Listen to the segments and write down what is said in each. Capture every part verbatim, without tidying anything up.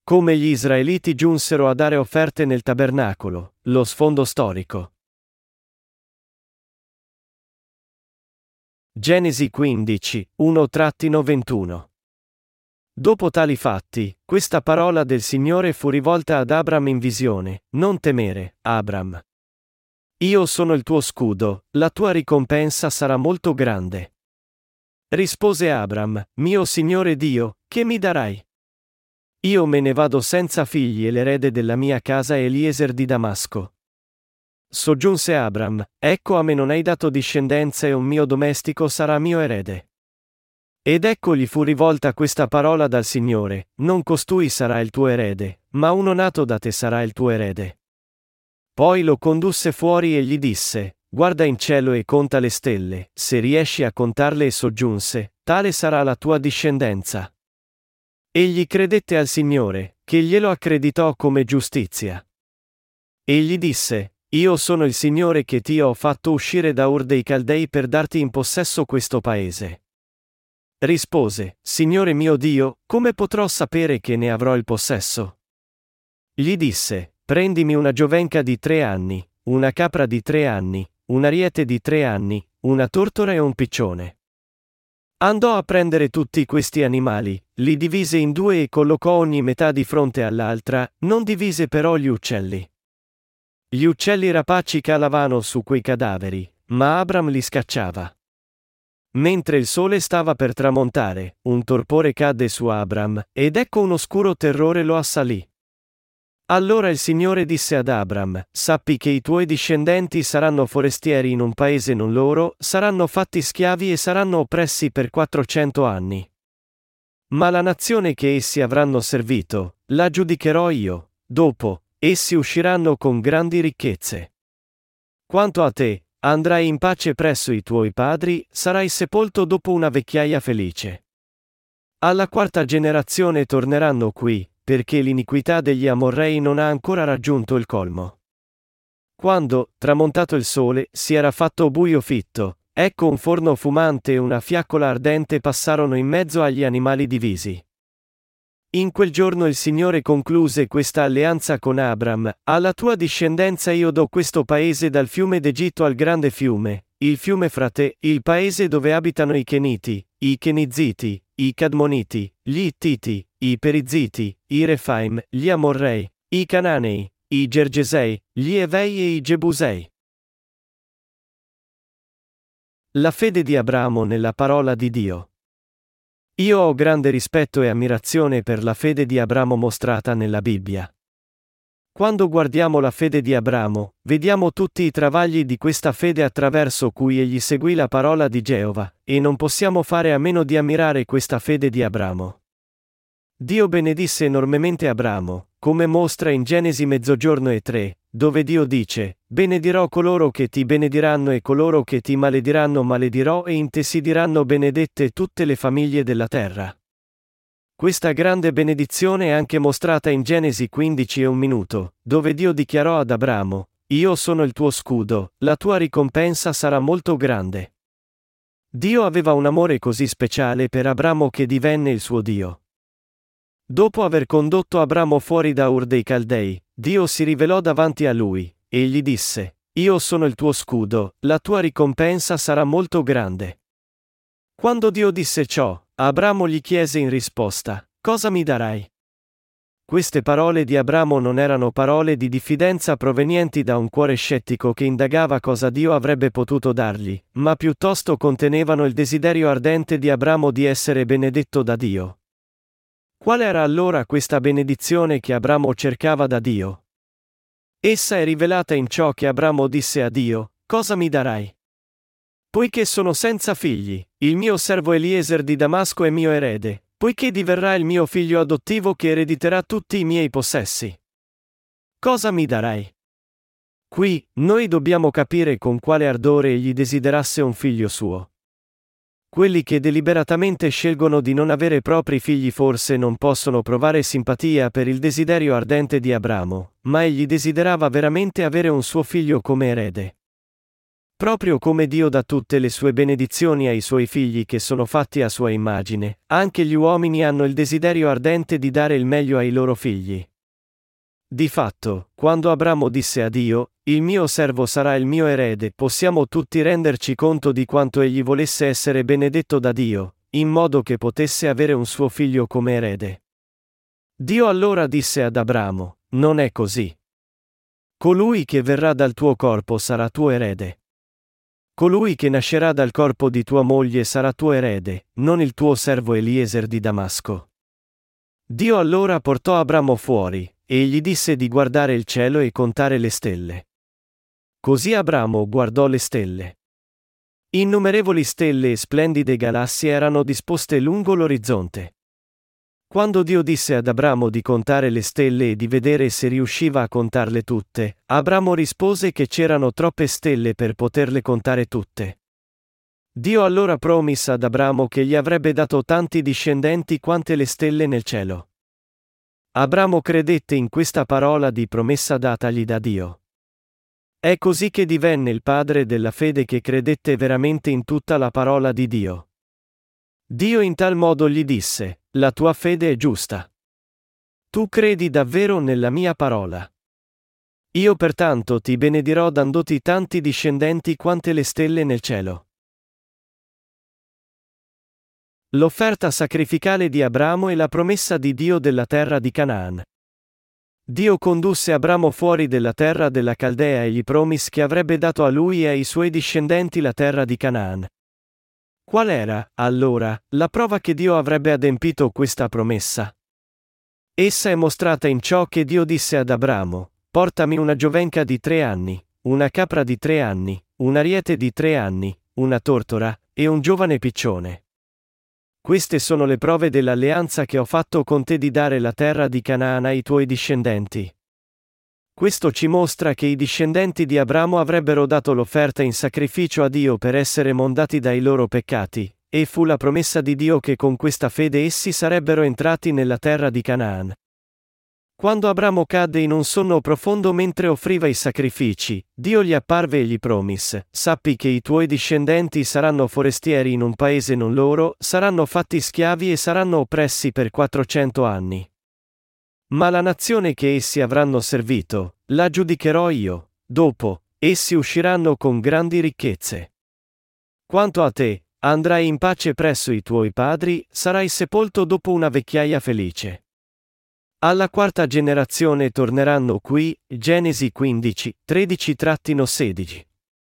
Come gli israeliti giunsero a dare offerte nel tabernacolo, lo sfondo storico. Genesi quindici, uno ventuno. Dopo tali fatti, questa parola del Signore fu rivolta ad Abram in visione: non temere, Abram. Io sono il tuo scudo, la tua ricompensa sarà molto grande. Rispose Abram: mio Signore Dio, che mi darai? Io me ne vado senza figli e l'erede della mia casa è Eliezer di Damasco. Soggiunse Abram: ecco, a me non hai dato discendenza e un mio domestico sarà mio erede. Ed ecco gli fu rivolta questa parola dal Signore: non costui sarà il tuo erede, ma uno nato da te sarà il tuo erede. Poi lo condusse fuori e gli disse: guarda in cielo e conta le stelle, se riesci a contarle, e soggiunse: tale sarà la tua discendenza. Egli credette al Signore, che glielo accreditò come giustizia. Egli disse: io sono il Signore che ti ho fatto uscire da Ur dei Caldei per darti in possesso questo paese. Rispose: Signore mio Dio, come potrò sapere che ne avrò il possesso? Gli disse: prendimi una giovenca di tre anni, una capra di tre anni, un ariete di tre anni, una tortora e un piccione. Andò a prendere tutti questi animali, li divise in due e collocò ogni metà di fronte all'altra, non divise però gli uccelli. Gli uccelli rapaci calavano su quei cadaveri, ma Abram li scacciava. Mentre il sole stava per tramontare, un torpore cadde su Abram, ed ecco un oscuro terrore lo assalì. Allora il Signore disse ad Abram: sappi che i tuoi discendenti saranno forestieri in un paese non loro, saranno fatti schiavi e saranno oppressi per quattrocento anni. Ma la nazione che essi avranno servito, la giudicherò io, dopo, essi usciranno con grandi ricchezze. Quanto a te, andrai in pace presso i tuoi padri, sarai sepolto dopo una vecchiaia felice. Alla quarta generazione torneranno qui, perché l'iniquità degli Amorrei non ha ancora raggiunto il colmo. Quando, tramontato il sole, si era fatto buio fitto, ecco un forno fumante e una fiaccola ardente passarono in mezzo agli animali divisi. In quel giorno il Signore concluse questa alleanza con Abram: alla tua discendenza io do questo paese dal fiume d'Egitto al grande fiume, il fiume Frate, il paese dove abitano i Keniti, i Keniziti, i Cadmoniti, gli Ittiti, i Perizziti, i Refaim, gli Amorrei, i Cananei, i Gergesei, gli Evei e i Gebusei. La fede di Abramo nella parola di Dio. Io ho grande rispetto e ammirazione per la fede di Abramo mostrata nella Bibbia. Quando guardiamo la fede di Abramo, vediamo tutti i travagli di questa fede attraverso cui egli seguì la parola di Geova, e non possiamo fare a meno di ammirare questa fede di Abramo. Dio benedisse enormemente Abramo, come mostra in Genesi mezzogiorno e tre, dove Dio dice: benedirò coloro che ti benediranno e coloro che ti malediranno maledirò, e in te si diranno benedette tutte le famiglie della terra. Questa grande benedizione è anche mostrata in Genesi quindici e un minuto, dove Dio dichiarò ad Abramo: io sono il tuo scudo, la tua ricompensa sarà molto grande. Dio aveva un amore così speciale per Abramo che divenne il suo Dio. Dopo aver condotto Abramo fuori da Ur dei Caldei, Dio si rivelò davanti a lui, e gli disse: io sono il tuo scudo, la tua ricompensa sarà molto grande. Quando Dio disse ciò, Abramo gli chiese in risposta: cosa mi darai? Queste parole di Abramo non erano parole di diffidenza provenienti da un cuore scettico che indagava cosa Dio avrebbe potuto dargli, ma piuttosto contenevano il desiderio ardente di Abramo di essere benedetto da Dio. Qual era allora questa benedizione che Abramo cercava da Dio? Essa è rivelata in ciò che Abramo disse a Dio: cosa mi darai? Poiché sono senza figli, il mio servo Eliezer di Damasco è mio erede, poiché diverrà il mio figlio adottivo che erediterà tutti i miei possessi. Cosa mi darai? Qui, noi dobbiamo capire con quale ardore egli desiderasse un figlio suo. Quelli che deliberatamente scelgono di non avere propri figli forse non possono provare simpatia per il desiderio ardente di Abramo, ma egli desiderava veramente avere un suo figlio come erede. Proprio come Dio dà tutte le sue benedizioni ai suoi figli che sono fatti a sua immagine, anche gli uomini hanno il desiderio ardente di dare il meglio ai loro figli. Di fatto, quando Abramo disse a Dio, «Il mio servo sarà il mio erede», possiamo tutti renderci conto di quanto egli volesse essere benedetto da Dio, in modo che potesse avere un suo figlio come erede. Dio allora disse ad Abramo, «Non è così. Colui che verrà dal tuo corpo sarà tuo erede. Colui che nascerà dal corpo di tua moglie sarà tuo erede, non il tuo servo Eliezer di Damasco». Dio allora portò Abramo fuori, e gli disse di guardare il cielo e contare le stelle. Così Abramo guardò le stelle. Innumerevoli stelle e splendide galassie erano disposte lungo l'orizzonte. Quando Dio disse ad Abramo di contare le stelle e di vedere se riusciva a contarle tutte, Abramo rispose che c'erano troppe stelle per poterle contare tutte. Dio allora promise ad Abramo che gli avrebbe dato tanti discendenti quante le stelle nel cielo. Abramo credette in questa parola di promessa datagli da Dio. È così che divenne il padre della fede che credette veramente in tutta la parola di Dio. Dio in tal modo gli disse, «La tua fede è giusta. Tu credi davvero nella mia parola. Io pertanto ti benedirò dandoti tanti discendenti quante le stelle nel cielo». L'offerta sacrificale di Abramo e la promessa di Dio della terra di Canaan. Dio condusse Abramo fuori della terra della Caldea e gli promise che avrebbe dato a lui e ai suoi discendenti la terra di Canaan. Qual era, allora, la prova che Dio avrebbe adempito questa promessa? Essa è mostrata in ciò che Dio disse ad Abramo: «Portami una giovenca di tre anni, una capra di tre anni, un ariete di tre anni, una tortora, e un giovane piccione. Queste sono le prove dell'alleanza che ho fatto con te di dare la terra di Canaan ai tuoi discendenti». Questo ci mostra che i discendenti di Abramo avrebbero dato l'offerta in sacrificio a Dio per essere mondati dai loro peccati, e fu la promessa di Dio che con questa fede essi sarebbero entrati nella terra di Canaan. Quando Abramo cadde in un sonno profondo mentre offriva i sacrifici, Dio gli apparve e gli promise: «Sappi che i tuoi discendenti saranno forestieri in un paese non loro, saranno fatti schiavi e saranno oppressi per quattrocento anni. Ma la nazione che essi avranno servito, la giudicherò io, dopo, essi usciranno con grandi ricchezze. Quanto a te, andrai in pace presso i tuoi padri, sarai sepolto dopo una vecchiaia felice. Alla quarta generazione torneranno qui». Genesi quindici, tredici sedici.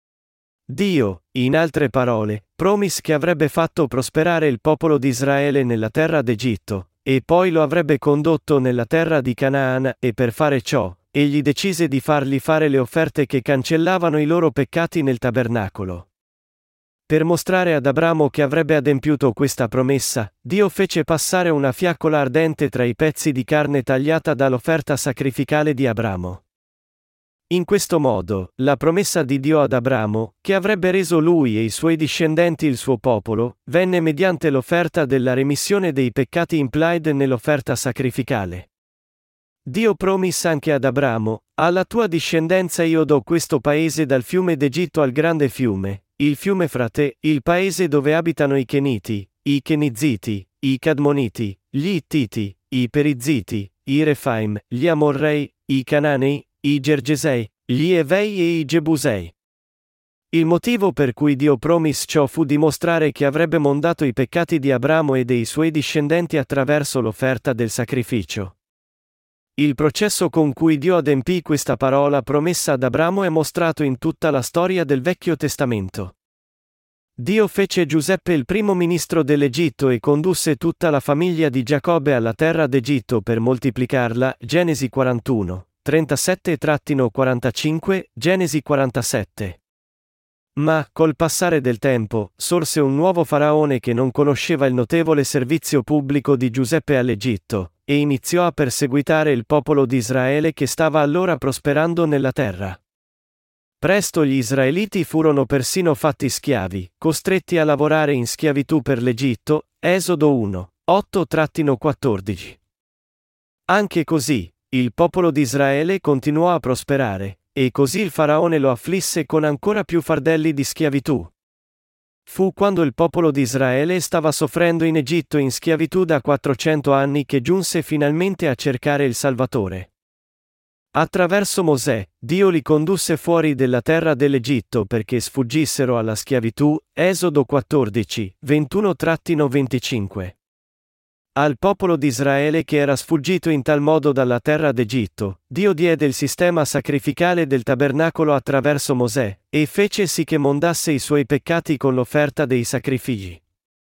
Dio, in altre parole, promise che avrebbe fatto prosperare il popolo di Israele nella terra d'Egitto, e poi lo avrebbe condotto nella terra di Canaan, e per fare ciò, egli decise di fargli fare le offerte che cancellavano i loro peccati nel tabernacolo. Per mostrare ad Abramo che avrebbe adempiuto questa promessa, Dio fece passare una fiaccola ardente tra i pezzi di carne tagliata dall'offerta sacrificale di Abramo. In questo modo, la promessa di Dio ad Abramo, che avrebbe reso lui e i suoi discendenti il suo popolo, venne mediante l'offerta della remissione dei peccati implied nell'offerta sacrificale. Dio promise anche ad Abramo: «Alla tua discendenza io do questo paese dal fiume d'Egitto al grande fiume, il fiume Frate, il paese dove abitano i Keniti, i Kenizziti, i Cadmoniti, gli Ittiti, i Perizziti, i Refaim, gli Amorrei, i Cananei, i Gergesei, gli Evei e i Gebusei». Il motivo per cui Dio promise ciò fu dimostrare che avrebbe mondato i peccati di Abramo e dei suoi discendenti attraverso l'offerta del sacrificio. Il processo con cui Dio adempì questa parola promessa ad Abramo è mostrato in tutta la storia del Vecchio Testamento. Dio fece Giuseppe il primo ministro dell'Egitto e condusse tutta la famiglia di Giacobbe alla terra d'Egitto per moltiplicarla. Genesi quarantuno, trentasette quarantacinque, Genesi quarantasette. Ma, col passare del tempo, sorse un nuovo faraone che non conosceva il notevole servizio pubblico di Giuseppe all'Egitto, e iniziò a perseguitare il popolo di Israele che stava allora prosperando nella terra. Presto gli israeliti furono persino fatti schiavi, costretti a lavorare in schiavitù per l'Egitto. Esodo uno, otto quattordici. Anche così, il popolo di Israele continuò a prosperare, e così il faraone lo afflisse con ancora più fardelli di schiavitù. Fu quando il popolo di Israele stava soffrendo in Egitto in schiavitù da quattrocento anni che giunse finalmente a cercare il Salvatore. Attraverso Mosè, Dio li condusse fuori della terra dell'Egitto perché sfuggissero alla schiavitù, Esodo quattordici, ventuno venticinque. Al popolo di Israele che era sfuggito in tal modo dalla terra d'Egitto, Dio diede il sistema sacrificale del tabernacolo attraverso Mosè, e fece sì che mondasse i suoi peccati con l'offerta dei sacrifici.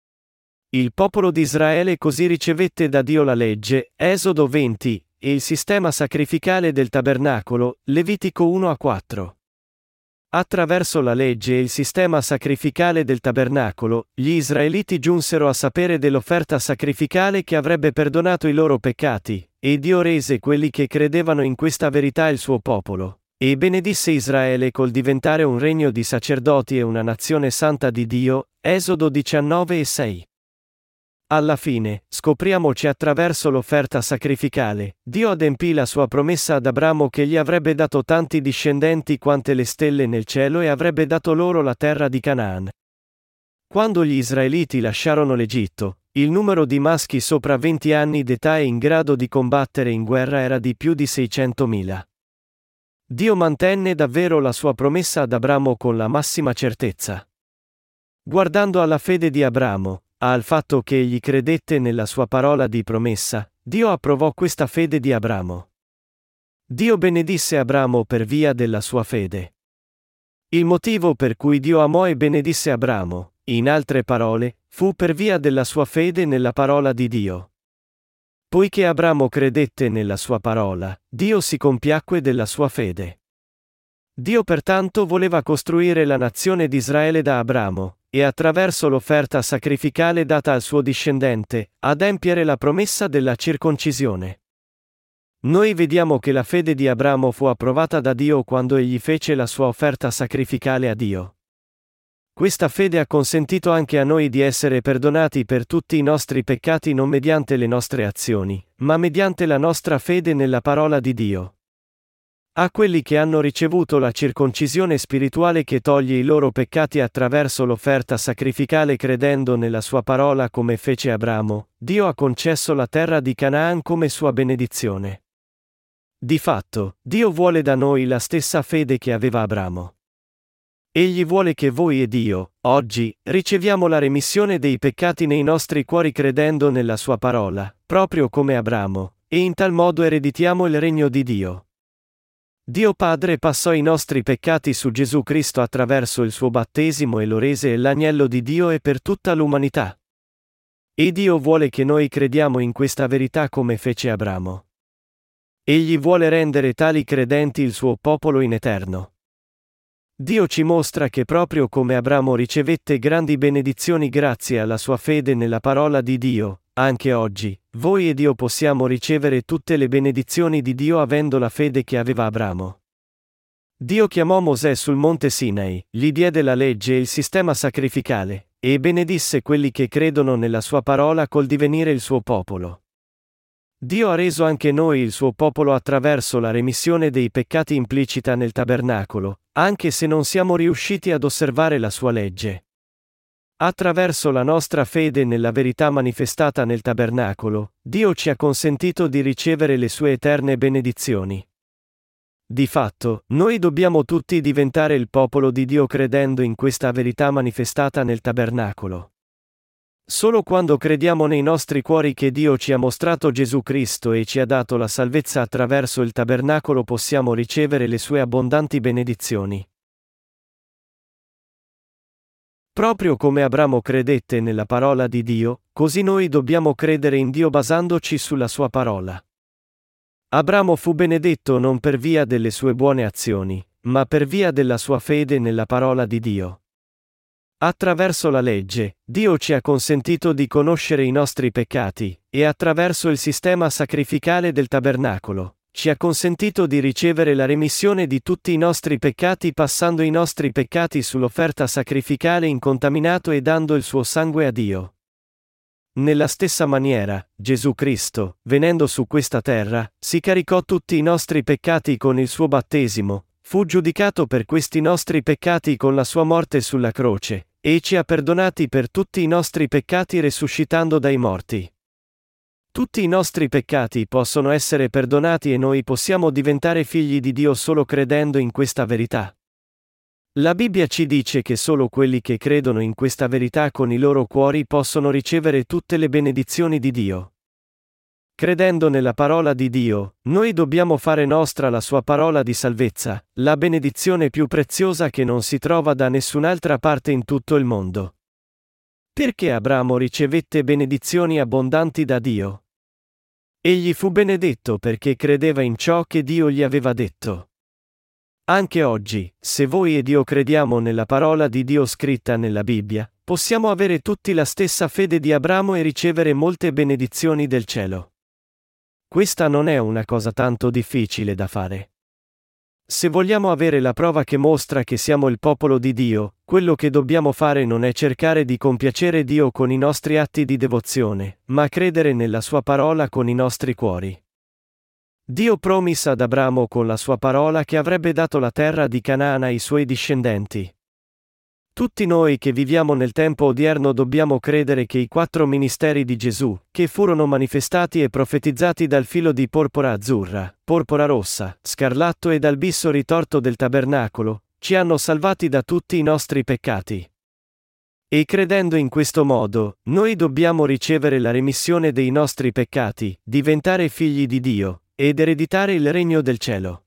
Il popolo di Israele così ricevette da Dio la legge, Esodo venti, e il sistema sacrificale del tabernacolo, Levitico uno a quattro. Attraverso la legge e il sistema sacrificale del tabernacolo, gli israeliti giunsero a sapere dell'offerta sacrificale che avrebbe perdonato i loro peccati, e Dio rese quelli che credevano in questa verità il suo popolo, e benedisse Israele col diventare un regno di sacerdoti e una nazione santa di Dio, Esodo diciannove e sei. Alla fine, scopriamoci attraverso l'offerta sacrificale, Dio adempì la sua promessa ad Abramo che gli avrebbe dato tanti discendenti quante le stelle nel cielo e avrebbe dato loro la terra di Canaan. Quando gli israeliti lasciarono l'Egitto, il numero di maschi sopra venti anni d'età e in grado di combattere in guerra era di più di seicentomila. Dio mantenne davvero la sua promessa ad Abramo con la massima certezza. Guardando alla fede di Abramo, al fatto che egli credette nella sua parola di promessa, Dio approvò questa fede di Abramo. Dio benedisse Abramo per via della sua fede. Il motivo per cui Dio amò e benedisse Abramo, in altre parole, fu per via della sua fede nella parola di Dio. Poiché Abramo credette nella sua parola, Dio si compiacque della sua fede. Dio pertanto voleva costruire la nazione di Israele da Abramo, e attraverso l'offerta sacrificale data al suo discendente, adempiere la promessa della circoncisione. Noi vediamo che la fede di Abramo fu approvata da Dio quando egli fece la sua offerta sacrificale a Dio. Questa fede ha consentito anche a noi di essere perdonati per tutti i nostri peccati non mediante le nostre azioni, ma mediante la nostra fede nella parola di Dio. A quelli che hanno ricevuto la circoncisione spirituale che toglie i loro peccati attraverso l'offerta sacrificale credendo nella sua parola come fece Abramo, Dio ha concesso la terra di Canaan come sua benedizione. Di fatto, Dio vuole da noi la stessa fede che aveva Abramo. Egli vuole che voi ed io, oggi, riceviamo la remissione dei peccati nei nostri cuori credendo nella sua parola, proprio come Abramo, e in tal modo ereditiamo il regno di Dio. Dio Padre passò i nostri peccati su Gesù Cristo attraverso il suo battesimo e lo rese l'agnello di Dio e per tutta l'umanità. E Dio vuole che noi crediamo in questa verità come fece Abramo. Egli vuole rendere tali credenti il suo popolo in eterno. Dio ci mostra che proprio come Abramo ricevette grandi benedizioni grazie alla sua fede nella parola di Dio, anche oggi, voi ed io possiamo ricevere tutte le benedizioni di Dio avendo la fede che aveva Abramo. Dio chiamò Mosè sul monte Sinai, gli diede la legge e il sistema sacrificale, e benedisse quelli che credono nella sua parola col divenire il suo popolo. Dio ha reso anche noi il suo popolo attraverso la remissione dei peccati implicita nel tabernacolo, anche se non siamo riusciti ad osservare la sua legge. Attraverso la nostra fede nella verità manifestata nel tabernacolo, Dio ci ha consentito di ricevere le sue eterne benedizioni. Di fatto, noi dobbiamo tutti diventare il popolo di Dio credendo in questa verità manifestata nel tabernacolo. Solo quando crediamo nei nostri cuori che Dio ci ha mostrato Gesù Cristo e ci ha dato la salvezza attraverso il tabernacolo possiamo ricevere le sue abbondanti benedizioni. Proprio come Abramo credette nella parola di Dio, così noi dobbiamo credere in Dio basandoci sulla sua parola. Abramo fu benedetto non per via delle sue buone azioni, ma per via della sua fede nella parola di Dio. Attraverso la legge, Dio ci ha consentito di conoscere i nostri peccati, e attraverso il sistema sacrificale del tabernacolo, ci ha consentito di ricevere la remissione di tutti i nostri peccati passando i nostri peccati sull'offerta sacrificale incontaminato e dando il suo sangue a Dio. Nella stessa maniera, Gesù Cristo, venendo su questa terra, si caricò tutti i nostri peccati con il suo battesimo, fu giudicato per questi nostri peccati con la sua morte sulla croce, e ci ha perdonati per tutti i nostri peccati risuscitando dai morti. Tutti i nostri peccati possono essere perdonati e noi possiamo diventare figli di Dio solo credendo in questa verità. La Bibbia ci dice che solo quelli che credono in questa verità con i loro cuori possono ricevere tutte le benedizioni di Dio. Credendo nella parola di Dio, noi dobbiamo fare nostra la sua parola di salvezza, la benedizione più preziosa che non si trova da nessun'altra parte in tutto il mondo. Perché Abramo ricevette benedizioni abbondanti da Dio? Egli fu benedetto perché credeva in ciò che Dio gli aveva detto. Anche oggi, se voi ed io crediamo nella parola di Dio scritta nella Bibbia, possiamo avere tutti la stessa fede di Abramo e ricevere molte benedizioni del cielo. Questa non è una cosa tanto difficile da fare. Se vogliamo avere la prova che mostra che siamo il popolo di Dio, quello che dobbiamo fare non è cercare di compiacere Dio con i nostri atti di devozione, ma credere nella sua parola con i nostri cuori. Dio promise ad Abramo con la sua parola che avrebbe dato la terra di Canaan ai suoi discendenti. Tutti noi che viviamo nel tempo odierno dobbiamo credere che i quattro ministeri di Gesù, che furono manifestati e profetizzati dal filo di porpora azzurra, porpora rossa, scarlatto e dal bisso ritorto del tabernacolo, ci hanno salvati da tutti i nostri peccati. E credendo in questo modo, noi dobbiamo ricevere la remissione dei nostri peccati, diventare figli di Dio, ed ereditare il regno del cielo.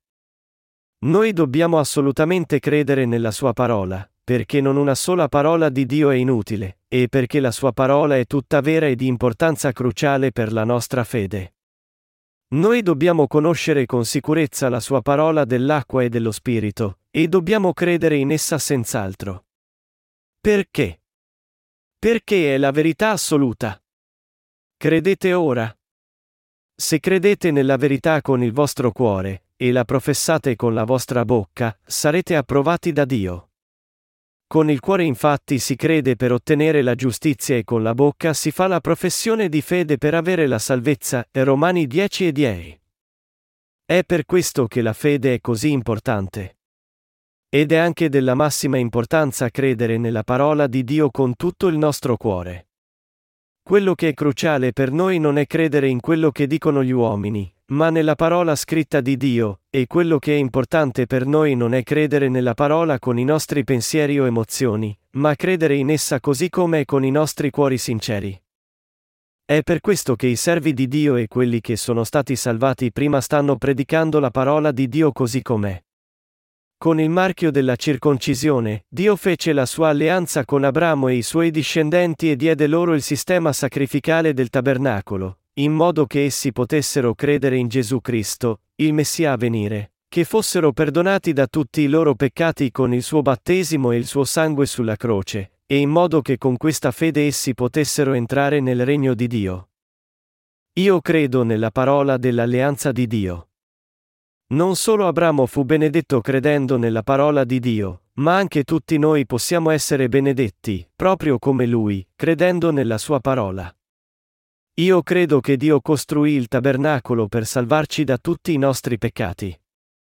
Noi dobbiamo assolutamente credere nella sua parola, perché non una sola parola di Dio è inutile, e perché la sua parola è tutta vera e di importanza cruciale per la nostra fede. Noi dobbiamo conoscere con sicurezza la sua parola dell'acqua e dello Spirito, e dobbiamo credere in essa senz'altro. Perché? Perché è la verità assoluta. Credete ora? Se credete nella verità con il vostro cuore, e la professate con la vostra bocca, sarete approvati da Dio. Con il cuore infatti si crede per ottenere la giustizia e con la bocca si fa la professione di fede per avere la salvezza. Romani dieci e dieci. È per questo che la fede è così importante. Ed è anche della massima importanza credere nella parola di Dio con tutto il nostro cuore. Quello che è cruciale per noi non è credere in quello che dicono gli uomini, ma nella parola scritta di Dio, e quello che è importante per noi non è credere nella parola con i nostri pensieri o emozioni, ma credere in essa così come è con i nostri cuori sinceri. È per questo che i servi di Dio e quelli che sono stati salvati prima stanno predicando la parola di Dio così com'è. Con il marchio della circoncisione, Dio fece la sua alleanza con Abramo e i suoi discendenti e diede loro il sistema sacrificale del tabernacolo, in modo che essi potessero credere in Gesù Cristo, il Messia a venire, che fossero perdonati da tutti i loro peccati con il suo battesimo e il suo sangue sulla croce, e in modo che con questa fede essi potessero entrare nel regno di Dio. Io credo nella parola dell'alleanza di Dio. Non solo Abramo fu benedetto credendo nella parola di Dio, ma anche tutti noi possiamo essere benedetti, proprio come lui, credendo nella sua parola. Io credo che Dio costruì il tabernacolo per salvarci da tutti i nostri peccati.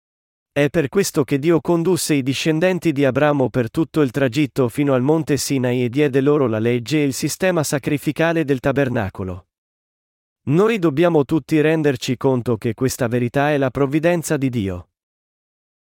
È per questo che Dio condusse i discendenti di Abramo per tutto il tragitto fino al monte Sinai e diede loro la legge e il sistema sacrificale del tabernacolo. Noi dobbiamo tutti renderci conto che questa verità è la provvidenza di Dio.